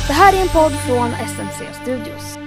Det här är en podd från SMC Studios.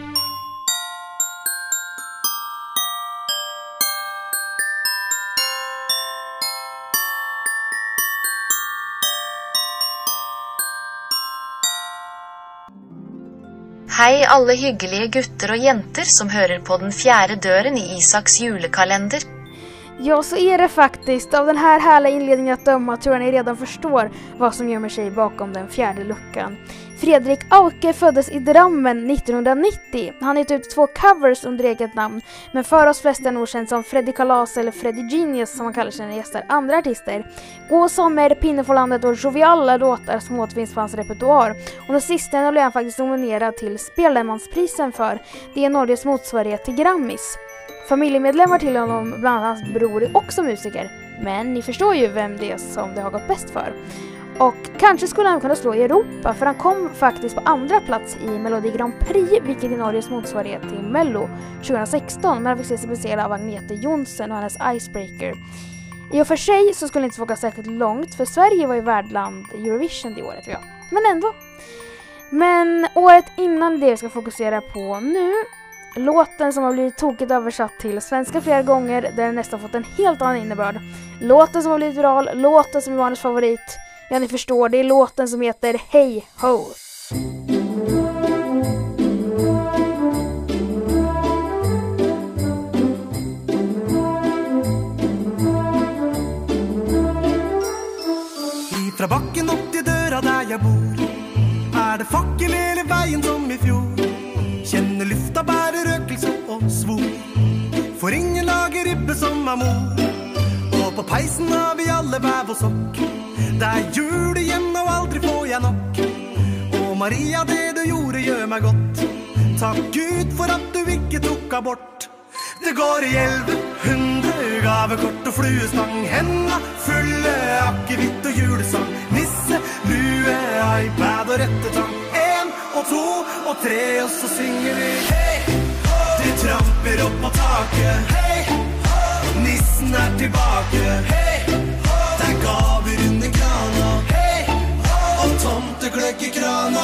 Hej alla hyggelige gutter och jenter som hører på den fjärde døren i Isaks julekalender. Ja, så är det faktiskt. Av den här härliga inledningen att döma tror jag ni redan förstår vad som gömmer sig bakom den fjärde luckan. Fredrik Auke föddes i Drammen 1990. Han har ut 2 covers under eget namn, men för oss flesta är nog känd som Freddy Kalas eller Freddy Genius som man kallar sina gäster andra artister. Gå sommar, Pinne för landet och joviala låtar som återfinns på hans repertoar. Och den sista blev han faktiskt nominerad till Spelemansprisen för. Det är Norges motsvarighet till Grammis. Familjemedlemmar till honom, bland annat hans bror, är också musiker. Men ni förstår ju vem det är som det har gått bäst för. Och kanske skulle han kunna slå i Europa, för han kom faktiskt på andra plats i Melodi Grand Prix, vilket är Norges motsvarighet till Mello 2016. Men han fick se sig besegrad av Agnete Jonsson och hennes Icebreaker. I och för sig så skulle det inte få åka särskilt långt, för Sverige var ju värdland i Eurovision det året, ja. Men ändå. Men året innan det vi ska fokusera på nu, låten som har blivit tokigt översatt till svenska flera gånger, där den nästan fått en helt annan innebörd. Låten som har blivit viral, låten som är barnens favorit. Ja, ni förstår, det är låten som heter Hey Ho. Ifra bakken upp till dörra där jag bor är det fackel hela vägen som i fjol. Känner lyfta bär rökelse och svor. Får ingen lager ribbe som amor. Och på pejsen har vi alla väv och sock. Där jul igen och aldrig får jag nock. Och Maria, det du gjorde gör mig gott. Tack Gud för att du icke tog bort. Det går i 1100 gavekort och fluestang. Hända fulla akevitt och julesang. Nisse, lue, iPad och rättetang. 1 och 2 och 3 och så synger vi hej. Det tramper upp på taket. Hej. Nissen är tillbaka. Hej. Där gav vi under grana. Hej. Och tomteglögg i krana.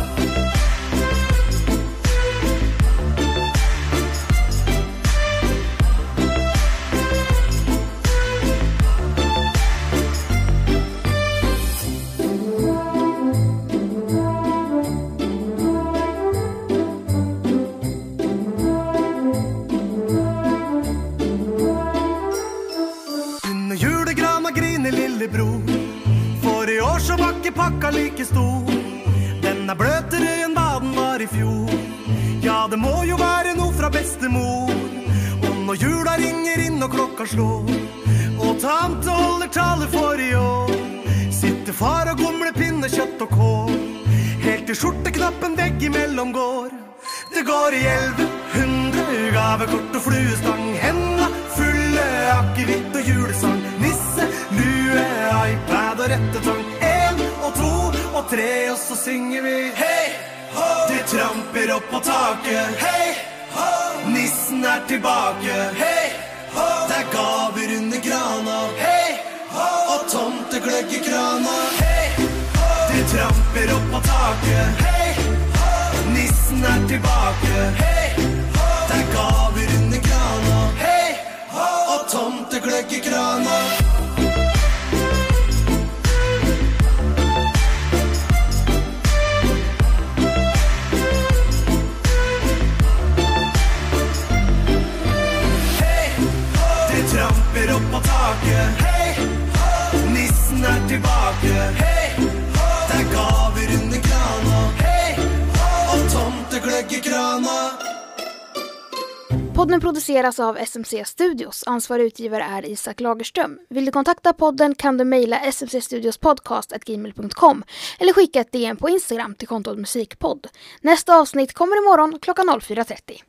För i år så bakke pakka like stor. Denna bløtere enn baden var i fjor. Ja, det må jo være noe fra bestemor. Og når jula ringer inn og klokka slår, og tante holder tale for i år, sitter far og gomler pinne, kjøtt og kål. Helt til skjorteknappen vegg imellom går. Det går i 1100 gavekort og fluestang. Henda fulle akevitt og julesang. Nisse, lue, iPad og rättetang. 1 och 2 och 3 och så synger vi hej ho. Det tramper upp på taket. Hej ho. Nissen är tillbaka. Hej ho. Där gav vi under grana. Hej ho. Och tomteglögg i krana. Hej ho. Det tramper upp på taket. Hej ho. Nissen är tillbaka. Hej ho. Där gav vi under grana. Hej ho. Och tomteglögg i krana. Tramper upp på taket. Hej ho. Nissen är tillbaka. Hej ho. Där gav vi under grana. Hej ho. Och tomteglögg i krana. Podden produceras av SMC Studios. Ansvarig utgivare är Isak Lagerström. Vill du kontakta podden kan du mejla smcstudiospodcast@gmail.com eller skicka ett DM på Instagram till kontot musikpodd. Nästa avsnitt kommer imorgon klockan 04.30.